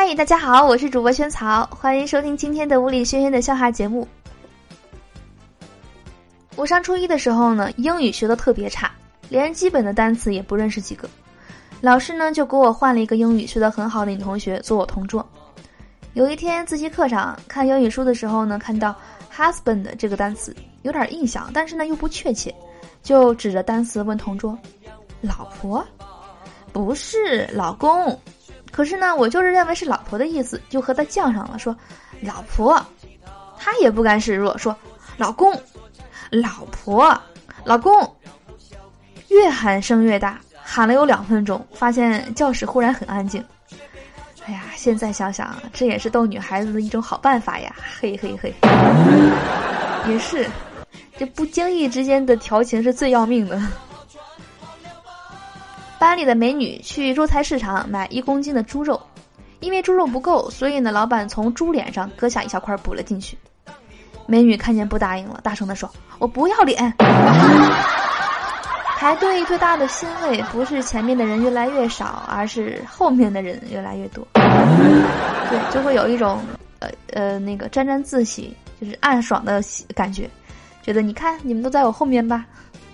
嗨，大家好，我是主播萱草，欢迎收听今天的物理轩轩的笑话节目。我上初一的时候呢，英语学得特别差，连基本的单词也不认识几个。老师呢就给我换了一个英语学得很好的女同学做我同桌。有一天自习课上看英语书的时候呢，看到 husband 这个单词有点印象，但是呢又不确切，就指着单词问同桌：老婆？不是，老公。可是呢我就是认为是老婆的意思，就和他犟上了，说老婆。他也不甘示弱，说老公，老婆，老公。越喊声越大，喊了有2分钟，发现教室忽然很安静。哎呀，现在想想这也是逗女孩子的一种好办法呀，嘿嘿嘿。也是，这不经意之间的调情是最要命的。班里的美女去肉菜市场买1公斤的猪肉，因为猪肉不够，所以呢老板从猪脸上割下一小块补了进去。美女看见不答应了，大声地说：我不要脸。排队最大的欣慰不是前面的人越来越少，而是后面的人越来越多。对，就会有一种那个沾沾自喜，就是暗爽的感觉，觉得你看你们都在我后面吧。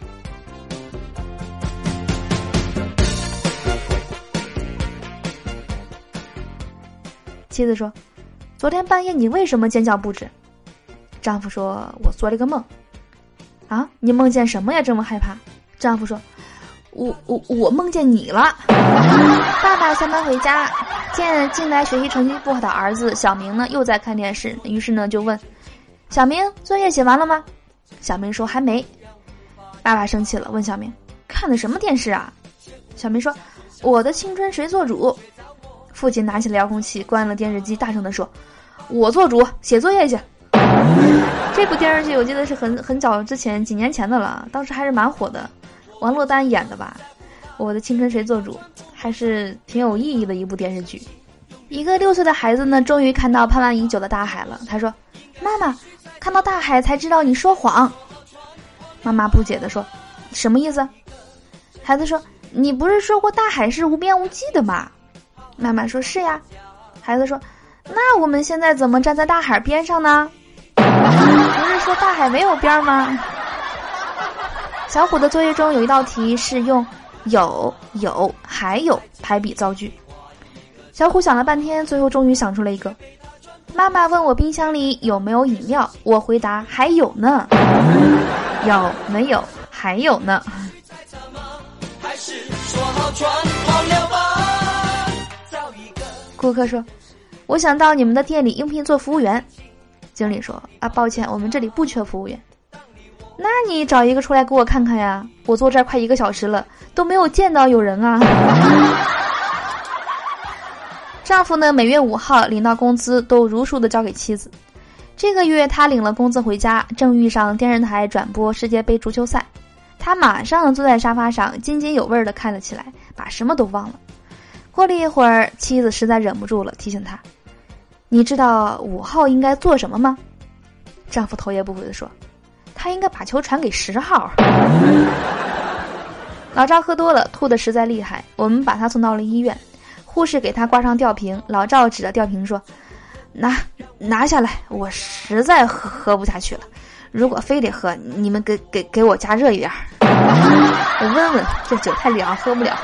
妻子说：昨天半夜你为什么尖叫不止？丈夫说：我做了个梦。啊，你梦见什么呀，这么害怕？丈夫说：我梦见你了。爸爸下班回家，见近来学习成绩不好的儿子小明呢又在看电视，于是呢就问小明：作业写完了吗？小明说：还没。爸爸生气了，问小明：看的什么电视啊？小明说：我的青春谁做主？父亲拿起了遥控器，关了电视机，大声地说：我做主，写作业去。这部电视剧我记得是很早之前，几年前的了，当时还是蛮火的，王珞丹演的吧。我的青春谁做主，还是挺有意义的一部电视剧。一个6岁的孩子呢，终于看到盼望已久的大海了。他说：妈妈，看到大海才知道你说谎。妈妈不解地说：什么意思？孩子说：你不是说过大海是无边无际的吗？妈妈说：是呀。孩子说：那我们现在怎么站在大海边上呢？不是说大海没有边吗？小虎的作业中有一道题是用有还有排比造句。小虎想了半天，最后终于想出了一个：妈妈问我冰箱里有没有饮料，我回答还有呢。有没有还有呢？还是说好穿好了吧。顾客说：我想到你们的店里应聘做服务员。经理说：啊，抱歉，我们这里不缺服务员。那你找一个出来给我看看呀，我坐这儿快1个小时了，都没有见到有人啊。丈夫呢，每月5号领到工资都如数的交给妻子。这个月他领了工资回家，正遇上电视台转播世界杯足球赛，他马上坐在沙发上津津有味的看了起来，把什么都忘了。过了一会儿，妻子实在忍不住了，提醒他：你知道5号应该做什么吗？丈夫头也不回地说：他应该把球传给10号。老赵喝多了，吐得实在厉害，我们把他送到了医院。护士给他挂上吊瓶，老赵指着吊瓶说：拿下来，我实在喝不下去了，如果非得喝，你们给我加热一点。我问问，这酒太凉，喝不了。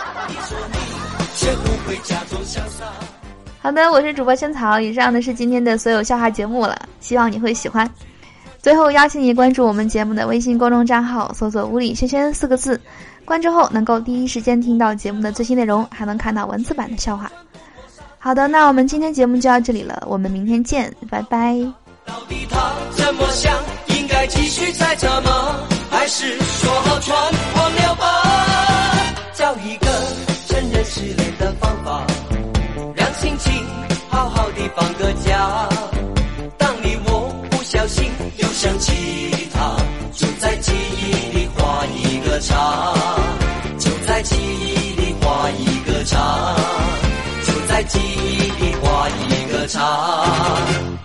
好的，我是主播萱草，以上的是今天的所有笑话节目了，希望你会喜欢。最后邀请你关注我们节目的微信公众账号，搜索物理轩轩4个字，关注后能够第一时间听到节目的最新内容，还能看到文字版的笑话。好的，那我们今天节目就到这里了，我们明天见，拜拜。到底他怎么想，应该继续猜测吗？还是说好穿忘了吧？找一个承认失恋的方法，让心情好好地放个假。当你我不小心又想起他，就在记忆里画一个叉，就在记忆里画一个叉，就在记忆里画一个叉。